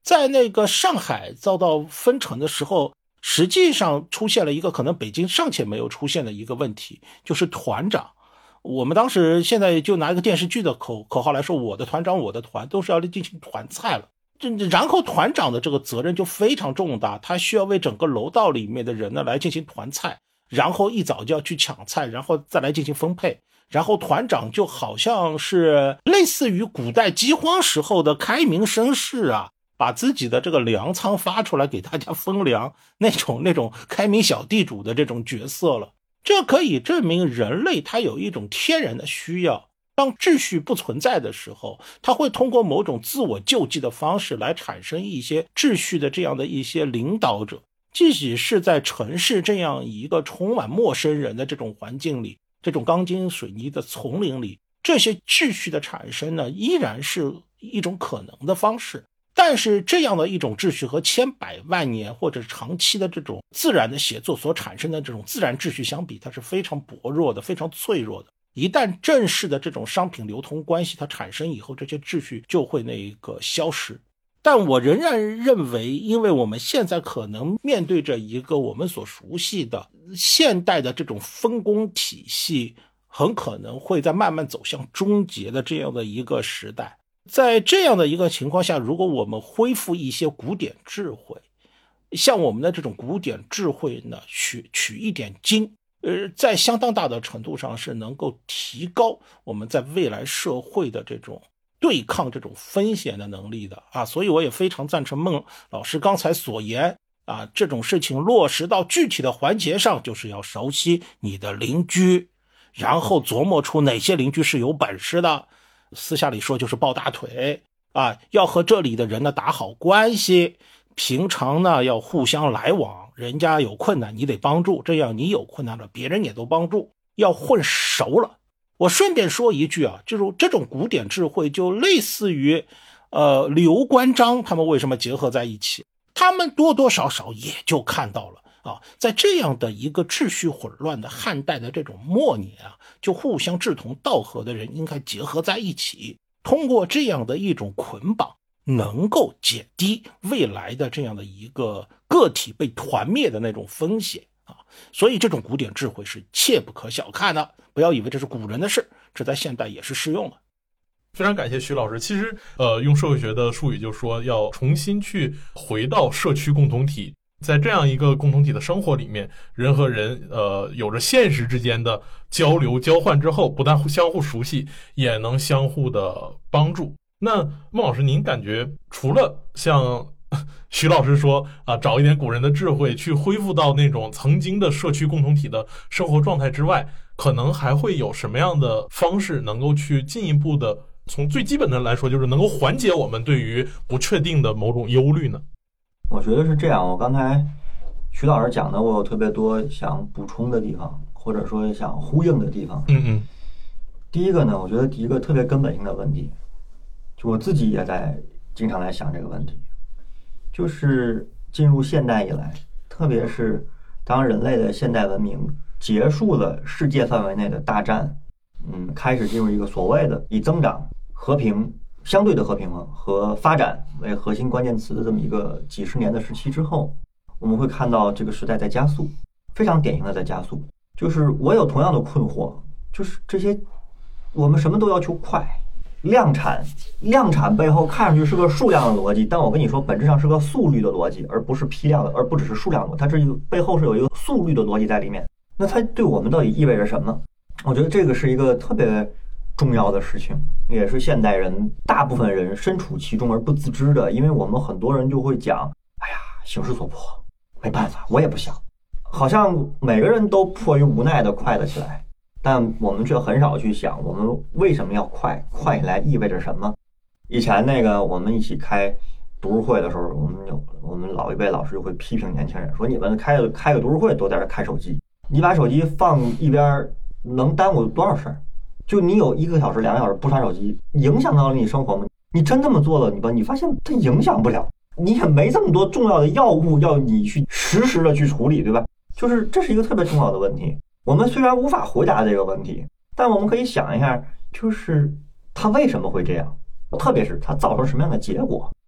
B: 在那个上海遭到封城的时候，实际上出现了一个可能北京尚且没有出现的一个问题，就是团长。我们当时现在就拿一个电视剧的口口号来说，我的团长我的团都是要进行团菜了。然后团长的这个责任就非常重大，他需要为整个楼道里面的人呢来进行团菜，然后一早就要去抢菜，然后再来进行分配。然后团长就好像是类似于古代饥荒时候的开明绅士啊，把自己的这个粮仓发出来给大家分粮，那种那种开明小地主的这种角色了。这可以证明人类他有一种天然的需要，当秩序不存在的时候，他会通过某种自我救济的方式来产生一些秩序的这样的一些领导者。即使是在城市这样一个充满陌生人的这种环境里，这种钢筋水泥的丛林里，这些秩序的产生呢，依然是一种可能的方式。但是这样的一种秩序和千百万年或者长期的这种自然的协作所产生的这种自然秩序相比，它是非常薄弱的，非常脆弱的。一旦正式的这种商品流通关系它产生以后，这些秩序就会那个消失。但我仍然认为，因为我们现在可能面对着一个我们所熟悉的现代的这种分工体系，很可能会在慢慢走向终结的这样的一个时代。在这样的一个情况下，如果我们恢复一些古典智慧，像我们的这种古典智慧呢，取取一点经，呃，在相当大的程度上是能够提高我们在未来社会的这种对抗这种风险的能力的啊。所以我也非常赞成孟老师刚才所言啊，这种事情落实到具体的环节上，就是要熟悉你的邻居，然后琢磨出哪些邻居是有本事的，私下里说就是抱大腿啊，要和这里的人呢打好关系，平常呢要互相来往，人家有困难你得帮助，这样你有困难了别人也都帮助，要混熟了。我顺便说一句啊，就是这种古典智慧就类似于呃刘关张他们为什么结合在一起，他们多多少少也就看到了啊，在这样的一个秩序混乱的汉代的这种末年啊，就互相志同道合的人应该结合在一起，通过这样的一种捆绑，能够减低未来的这样的一个个体被团灭的那种风险啊。所以这种古典智慧是切不可小看的，不要以为这是古人的事，这在现代也是适用的。
A: 非常感谢徐老师。其实呃，用社会学的术语就说要重新去回到社区共同体，在这样一个共同体的生活里面，人和人呃有着现实之间的交流交换之后，不但相互熟悉，也能相互的帮助。那孟老师，您感觉除了像徐老师说啊，找一点古人的智慧去恢复到那种曾经的社区共同体的生活状态之外，可能还会有什么样的方式能够去进一步的，从最基本的来说，就是能够缓解我们对于不确定的某种忧虑呢？
C: 我觉得是这样，我刚才徐老师讲的，我有特别多想补充的地方，或者说想呼应的地方。
A: 嗯嗯。
C: 第一个呢，我觉得第一个特别根本性的问题，就我自己也在经常来想这个问题，就是进入现代以来，特别是当人类的现代文明结束了世界范围内的大战，嗯，开始进入一个所谓的以增长、和平、相对的和平和发展为核心关键词的这么一个几十年的时期之后，我们会看到这个时代在加速，非常典型的在加速。就是我有同样的困惑，就是这些我们什么都要求快，量产，量产背后看上去是个数量的逻辑，但我跟你说，本质上是个速率的逻辑，而不是批量的，而不只是数量的，它这背后是有一个速率的逻辑在里面。那它对我们到底意味着什么？我觉得这个是一个特别重要的事情，也是现代人大部分人身处其中而不自知的。因为我们很多人就会讲，哎呀，形势所迫，没办法，我也不想，好像每个人都迫于无奈的快了起来，但我们却很少去想，我们为什么要快，快起来意味着什么。以前那个我们一起开读书会的时候，我们有我们老一辈老师就会批评年轻人，说你们开个开个读书会都在这看手机，你把手机放一边能耽误多少事儿？就你有一个小时、两个小时不刷手机，影响到了你生活吗？你真这么做了，你吧，你发现它影响不了，你也没这么多重要的药物要你去实时的去处理，对吧？就是这是一个特别重要的问题。我们虽然无法回答这个问题，但我们可以想一下，就是它为什么会这样，特别是它造成什么样的结果。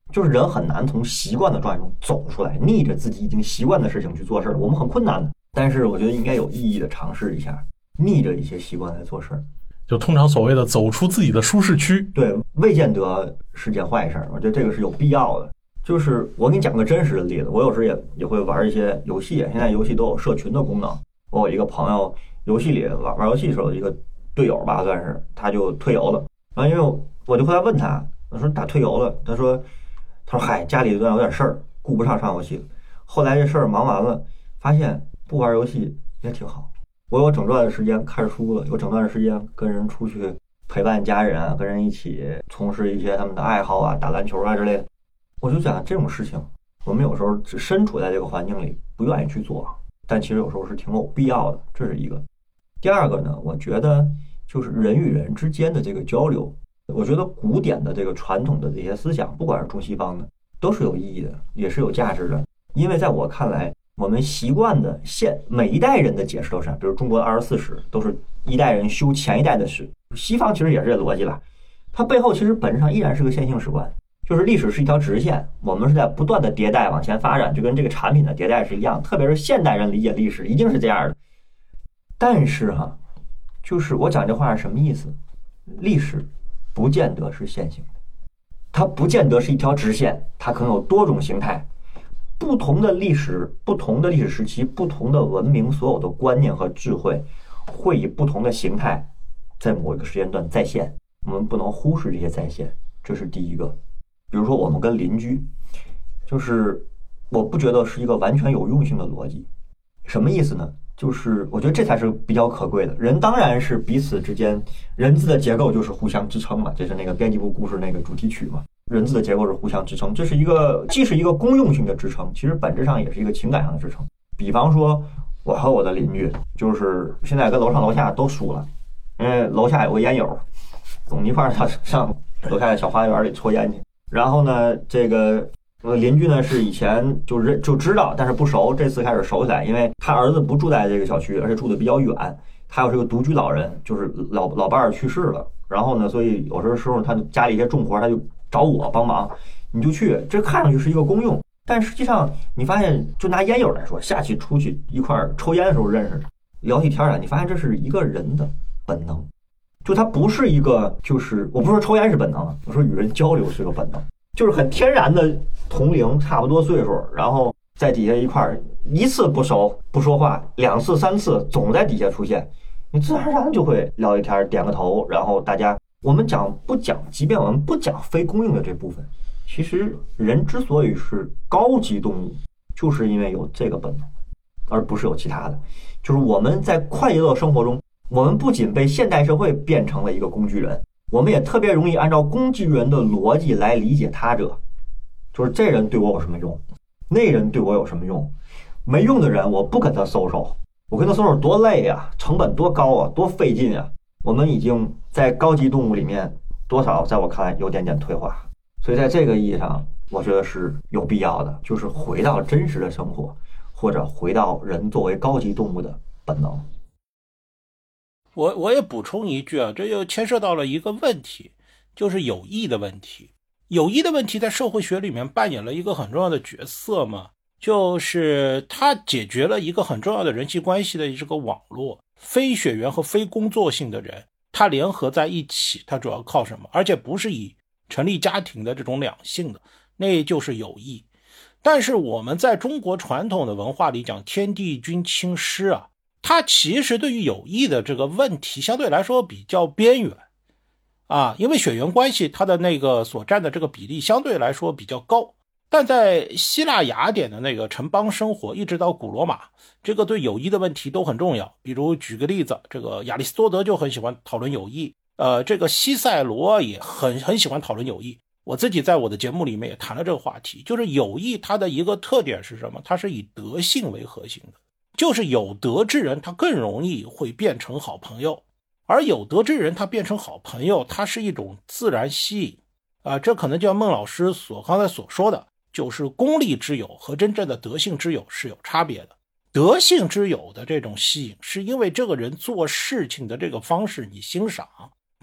C: 就是人很难从习惯的状态中走出来，逆着自己已经习惯的事情去做事，我们很困难的。但是我觉得应该有意义的尝试一下，逆着一些习惯来做事。
A: 就通常所谓的走出自己的舒适区，
C: 对，未见得是件坏事，我觉得这个是有必要的。就是我给你讲个真实的例子，我有时也也会玩一些游戏，现在游戏都有社群的功能。我有一个朋友，游戏里玩玩游戏的时候，一个队友吧，算是他就退游了。然后因为我就后来问他，我说你咋退游了？他说，他说嗨，家里有点有点事儿，顾不上上游戏了。后来这事儿忙完了，发现不玩游戏也挺好。我有整段的时间看书了，有整段的时间跟人出去陪伴家人啊，跟人一起从事一些他们的爱好啊，打篮球啊之类的。我就讲这种事情，我们有时候只身处在这个环境里，不愿意去做，但其实有时候是挺有必要的，这是一个。第二个呢，我觉得就是人与人之间的这个交流，我觉得古典的这个传统的这些思想，不管是中西方的，都是有意义的，也是有价值的。因为在我看来，我们习惯的现每一代人的解释都是，比如中国的二十四史都是一代人修前一代的史，西方其实也是这逻辑了，它背后其实本质上依然是个线性史观。就是历史是一条直线，我们是在不断的迭代往前发展，就跟这个产品的迭代是一样，特别是现代人理解历史一定是这样的。但是哈，就是我讲这话是什么意思？历史不见得是线性的，它不见得是一条直线，它可能有多种形态。不同的历史，不同的历史时期，不同的文明，所有的观念和智慧会以不同的形态在某一个时间段再现，我们不能忽视这些再现，这是第一个。比如说我们跟邻居，就是我不觉得是一个完全有用性的逻辑。什么意思呢？就是我觉得这才是比较可贵的。人当然是彼此之间，人字的结构就是互相支撑嘛，这是那个编辑部故事那个主题曲嘛。人字的结构是互相支撑，这是一个既是一个公用性的支撑，其实本质上也是一个情感上的支撑。比方说我和我的邻居，就是现在跟楼上楼下都熟了，因为楼下有个烟友，总一块儿上上楼下的小花园里抽烟去。然后呢，这个呃邻居呢是以前就认就知道，但是不熟，这次开始熟起来，因为他儿子不住在这个小区，而且住的比较远，他又是个独居老人，就是老老伴儿去世了。然后呢，所以有时候时候他家里一些重活，他就找我帮忙，你就去，这看上去是一个公用，但实际上你发现，就拿烟友来说，下去出去一块儿抽烟的时候认识，聊起天来，你发现这是一个人的本能。就它不是一个，就是我不是说抽烟是本能，我说与人交流是个本能，就是很天然的同龄差不多岁数，然后在底下一块儿一次不熟不说话，两次三次总在底下出现，你自然而然就会聊一天，点个头，然后大家我们讲不讲，即便我们不讲非公用的这部分，其实人之所以是高级动物，就是因为有这个本能，而不是有其他的。就是我们在快节奏的生活中，我们不仅被现代社会变成了一个工具人，我们也特别容易按照工具人的逻辑来理解他者，就是这人对我有什么用，那人对我有什么用，没用的人我不跟他搜搜，我跟他搜搜多累啊，成本多高啊，多费劲啊。我们已经在高级动物里面多少在我看来有点点退化，所以在这个意义上我觉得是有必要的，就是回到真实的生活，或者回到人作为高级动物的本能。
B: 我我也补充一句啊，这就牵涉到了一个问题，就是有益的问题。有益的问题在社会学里面扮演了一个很重要的角色嘛，就是它解决了一个很重要的人际关系的这个网络，非血缘和非工作性的人，它联合在一起，它主要靠什么？而且不是以成立家庭的这种两性的，那就是有益。但是我们在中国传统的文化里讲天地君亲师啊，它其实对于有益的这个问题相对来说比较边缘啊，因为血缘关系它的那个所占的这个比例相对来说比较高。但在希腊雅典的那个城邦生活一直到古罗马，这个对友谊的问题都很重要。比如举个例子，这个亚里士多德就很喜欢讨论友谊，呃，这个西塞罗也很很喜欢讨论友谊。我自己在我的节目里面也谈了这个话题，就是友谊它的一个特点是什么？它是以德性为核心的，就是有德之人他更容易会变成好朋友，而有德之人他变成好朋友，它是一种自然吸引啊、呃，这可能就像孟老师所刚才所说的，就是功利之友和真正的德性之友是有差别的。德性之友的这种吸引，是因为这个人做事情的这个方式你欣赏，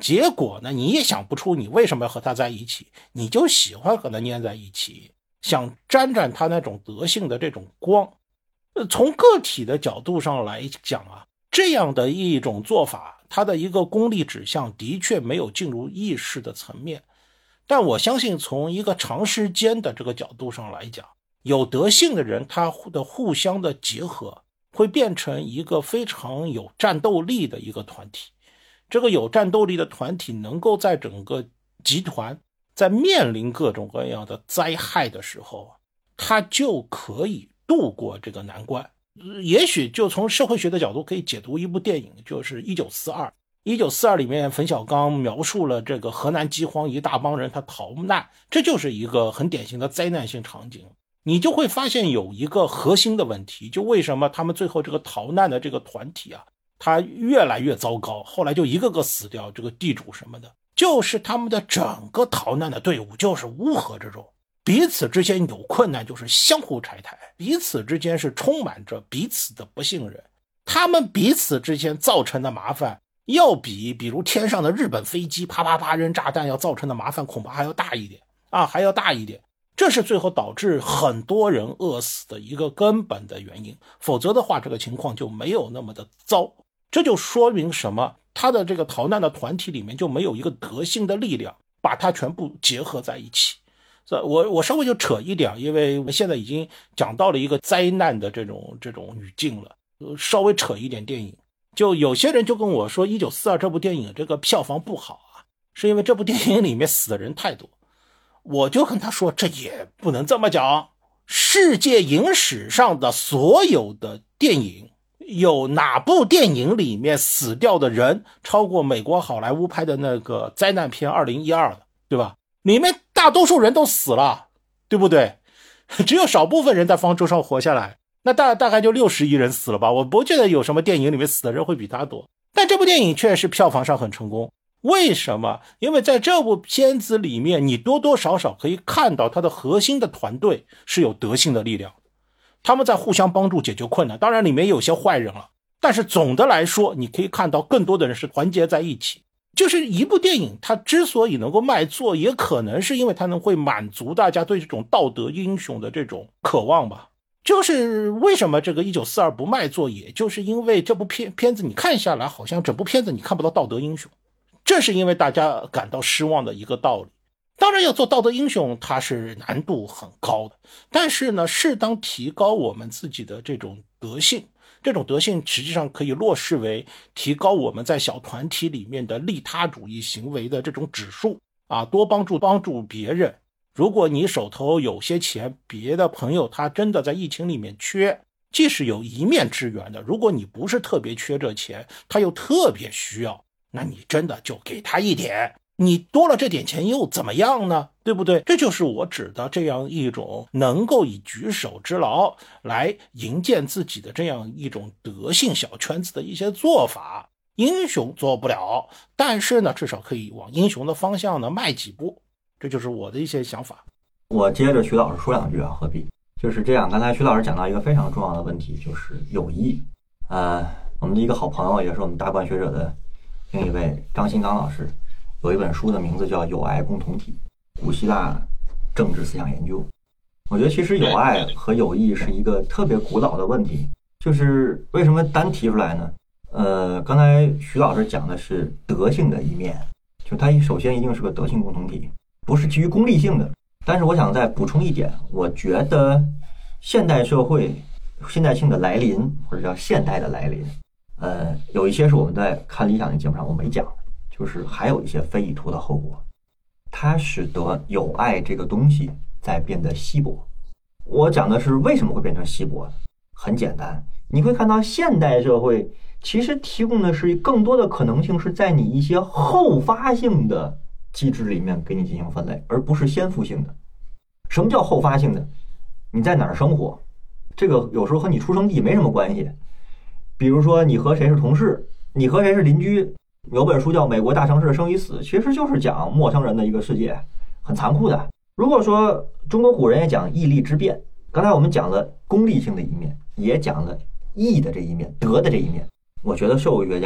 B: 结果呢，你也想不出你为什么要和他在一起，你就喜欢和他粘在一起，想沾沾他那种德性的这种光。从个体的角度上来讲啊，这样的一种做法，它的一个功利指向的确没有进入意识的层面。但我相信从一个长时间的这个角度上来讲，有德性的人他的互相的结合会变成一个非常有战斗力的一个团体。这个有战斗力的团体能够在整个集团在面临各种各样的灾害的时候，他就可以度过这个难关。也许就从社会学的角度可以解读一部电影，就是一九四二。一九四二里面冯小刚描述了这个河南饥荒，一大帮人他逃难，这就是一个很典型的灾难性场景。你就会发现有一个核心的问题，就为什么他们最后这个逃难的这个团体啊，他越来越糟糕，后来就一个个死掉，这个地主什么的，就是他们的整个逃难的队伍就是乌合之众，彼此之间有困难就是相互拆台，彼此之间是充满着彼此的不信任，他们彼此之间造成的麻烦要比比如天上的日本飞机啪啪啪扔炸弹要造成的麻烦恐怕还要大一点啊，还要大一点。这是最后导致很多人饿死的一个根本的原因，否则的话这个情况就没有那么的糟。这就说明什么？他的这个逃难的团体里面就没有一个德性的力量把它全部结合在一起。我我稍微就扯一点，因为我们现在已经讲到了一个灾难的这种这种语境了，稍微扯一点电影。就有些人就跟我说一九四二这部电影这个票房不好啊，是因为这部电影里面死的人太多。我就跟他说，这也不能这么讲，世界影史上的所有的电影，有哪部电影里面死掉的人超过美国好莱坞拍的那个灾难片二零一二的，对吧？里面大多数人都死了，对不对？只有少部分人在方舟上活下来，那大大概就六十亿人死了吧。我不觉得有什么电影里面死的人会比他多，但这部电影确实票房上很成功。为什么？因为在这部片子里面，你多多少少可以看到它的核心的团队是有德性的力量，他们在互相帮助解决困难。当然里面有些坏人了，但是总的来说你可以看到更多的人是团结在一起。就是一部电影它之所以能够卖座，也可能是因为它能会满足大家对这种道德英雄的这种渴望吧。就是为什么这个一九四二不卖座，也就是因为这部片片子你看下来，好像整部片子你看不到道德英雄，这是因为大家感到失望的一个道理。当然要做道德英雄它是难度很高的，但是呢适当提高我们自己的这种德性，这种德性实际上可以落实为提高我们在小团体里面的利他主义行为的这种指数啊，多帮助帮助别人。如果你手头有些钱，别的朋友他真的在疫情里面缺，即使有一面之缘的，如果你不是特别缺这钱，他又特别需要，那你真的就给他一点，你多了这点钱又怎么样呢？对不对？这就是我指的这样一种能够以举手之劳来营建自己的这样一种德性小圈子的一些做法。英雄做不了，但是呢至少可以往英雄的方向呢迈几步，这就是我的一些想法。
C: 我接着徐老师说两句啊，何必就是这样。刚才徐老师讲到一个非常重要的问题，就是友谊。呃，我们的一个好朋友，也是我们大观学者的另一位张新刚老师，有一本书的名字叫《友爱共同体：古希腊政治思想研究》。我觉得其实友爱和友谊是一个特别古老的问题，就是为什么单提出来呢？呃，刚才徐老师讲的是德性的一面，就它首先一定是个德性共同体，不是基于功利性的。但是我想再补充一点，我觉得现代社会现代性的来临，或者叫现代的来临，呃，有一些是我们在看理想的节目上我没讲的，就是还有一些非意图的后果，它使得友爱这个东西在变得稀薄。我讲的是为什么会变成稀薄，很简单，你会看到现代社会其实提供的是更多的可能性，是在你一些后发性的机制里面给你进行分类，而不是先复性的。什么叫后发性的？你在哪儿生活，这个有时候和你出生地没什么关系。比如说你和谁是同事，你和谁是邻居。有本书叫《美国大城市的生与死》，其实就是讲陌生人的一个世界，很残酷的。如果说中国古人也讲义利之辩，刚才我们讲了功利性的一面，也讲了义的这一面，德的这一面。我觉得社会学家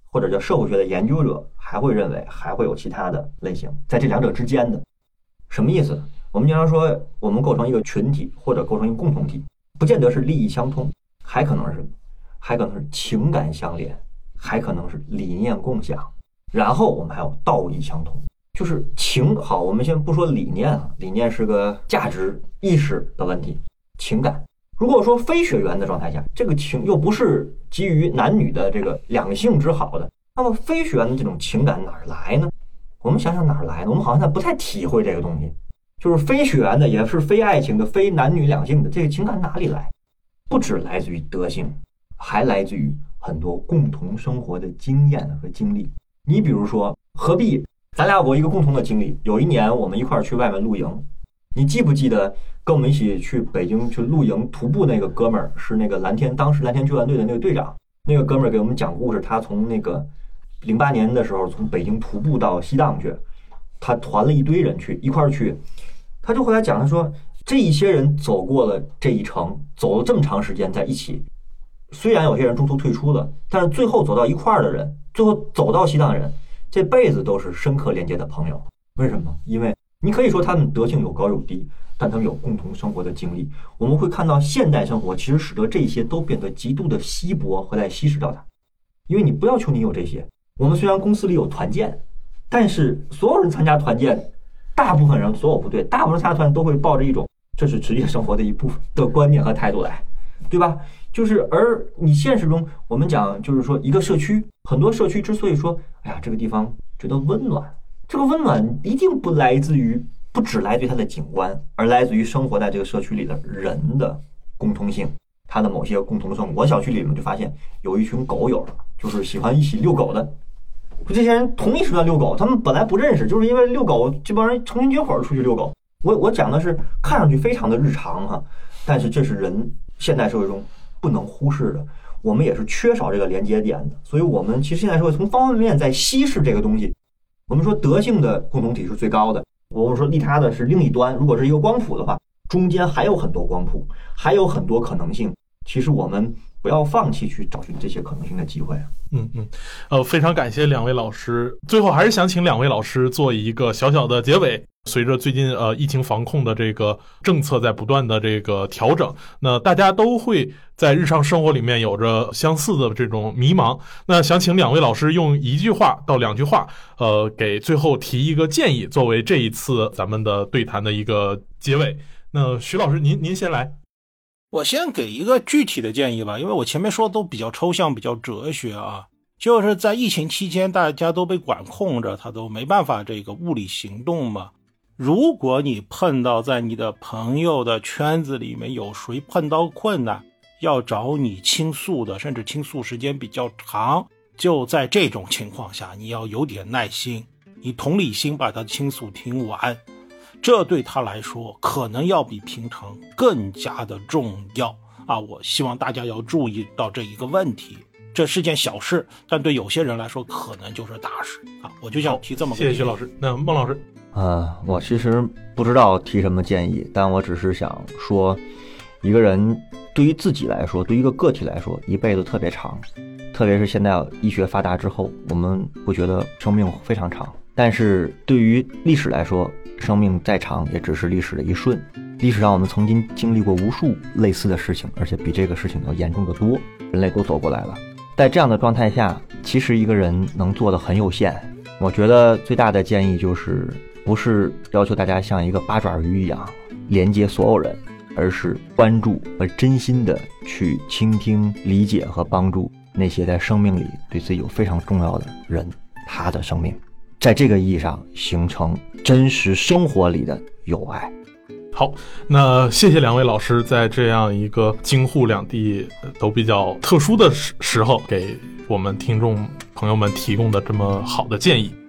C: 或者叫社会学的研究者还会认为还会有其他的类型在这两者之间的。什么意思？我们经常说我们构成一个群体或者构成一个共同体，不见得是利益相通，还可能是什么？还可能是情感相连，还可能是理念共享，然后我们还有道义相通。就是情好，我们先不说理念啊，理念是个价值意识的问题。情感，如果说非血缘的状态下，这个情又不是基于男女的这个两性之好的，那么非血缘的这种情感哪儿来呢？我们想想哪儿来呢？我们好像不太体会这个东西，就是非血缘的，也是非爱情的，非男女两性的，这个情感哪里来？不只来自于德性，还来自于很多共同生活的经验和经历。你比如说何必咱俩有一个共同的经历，有一年我们一块儿去外面露营，你记不记得跟我们一起去北京去露营徒步那个哥们儿是那个蓝天，当时蓝天救援队的那个队长，那个哥们儿给我们讲故事，他从那个零八年的时候从北京徒步到西藏去，他团了一堆人去一块儿去，他就后来讲，他说这一些人走过了这一程，走了这么长时间在一起，虽然有些人中途退出了，但是最后走到一块儿的人，最后走到西藏的人，这辈子都是深刻连接的朋友。为什么？因为你可以说他们德性有高有低，但他们有共同生活的经历。我们会看到现代生活其实使得这些都变得极度的稀薄和来稀释掉它，因为你不要求你有这些。我们虽然公司里有团建，但是所有人参加团建，大部分人所有不对，大部分人参加团建都会抱着一种这是职业生活的一部分的观念和态度来，对吧？就是而你现实中我们讲，就是说一个社区，很多社区之所以说哎呀这个地方觉得温暖，这个温暖一定不来自于不只来自于它的景观，而来自于生活在这个社区里的人的共通性，它的某些共同生活。我小区里面就发现有一群狗友，就是喜欢一起遛狗的，这些人同一时段遛狗，他们本来不认识，就是因为遛狗这帮人成群结伙出去遛狗。我我讲的是看上去非常的日常哈，但是这是人现代社会中不能忽视的，我们也是缺少这个连接点的。所以我们其实现在社会从方方面面在稀释这个东西。我们说德性的共同体是最高的，我们说利他的是另一端。如果是一个光谱的话，中间还有很多光谱，还有很多可能性。其实我们不要放弃去找寻这些可能性的机会。
A: 嗯嗯，呃，非常感谢两位老师。最后还是想请两位老师做一个小小的结尾。随着最近呃疫情防控的这个政策在不断的这个调整，那大家都会在日常生活里面有着相似的这种迷茫。那想请两位老师用一句话到两句话，呃，给最后提一个建议，作为这一次咱们的对谈的一个结尾。那徐老师，您您先来。
B: 我先给一个具体的建议吧，因为我前面说的都比较抽象比较哲学啊，就是在疫情期间大家都被管控着，他都没办法这个物理行动嘛。如果你碰到在你的朋友的圈子里面有谁碰到困难要找你倾诉的，甚至倾诉时间比较长，就在这种情况下你要有点耐心，你同理心把他的倾诉听完，这对他来说可能要比平常更加的重要啊！我希望大家要注意到这一个问题，这是件小事，但对有些人来说可能就是大事啊！我就想提这么个建议。
A: 谢谢徐老师。那孟老师，
C: 呃，我其实不知道提什么建议，但我只是想说，一个人对于自己来说，对于一个个体来说，一辈子特别长，特别是现在医学发达之后，我们会觉得生命非常长，但是对于历史来说，生命再长也只是历史的一瞬。历史上我们曾经经历过无数类似的事情，而且比这个事情要严重的多，人类都走过来了。在这样的状态下，其实一个人能做的很有限。我觉得最大的建议就是不是要求大家像一个八爪鱼一样连接所有人，而是关注和真心的去倾听、理解和帮助那些在生命里对自己有非常重要的人，他的生命在这个意义上形成真实生活里的友爱。
A: 好，那谢谢两位老师在这样一个京沪两地都比较特殊的时候给我们听众朋友们提供的这么好的建议。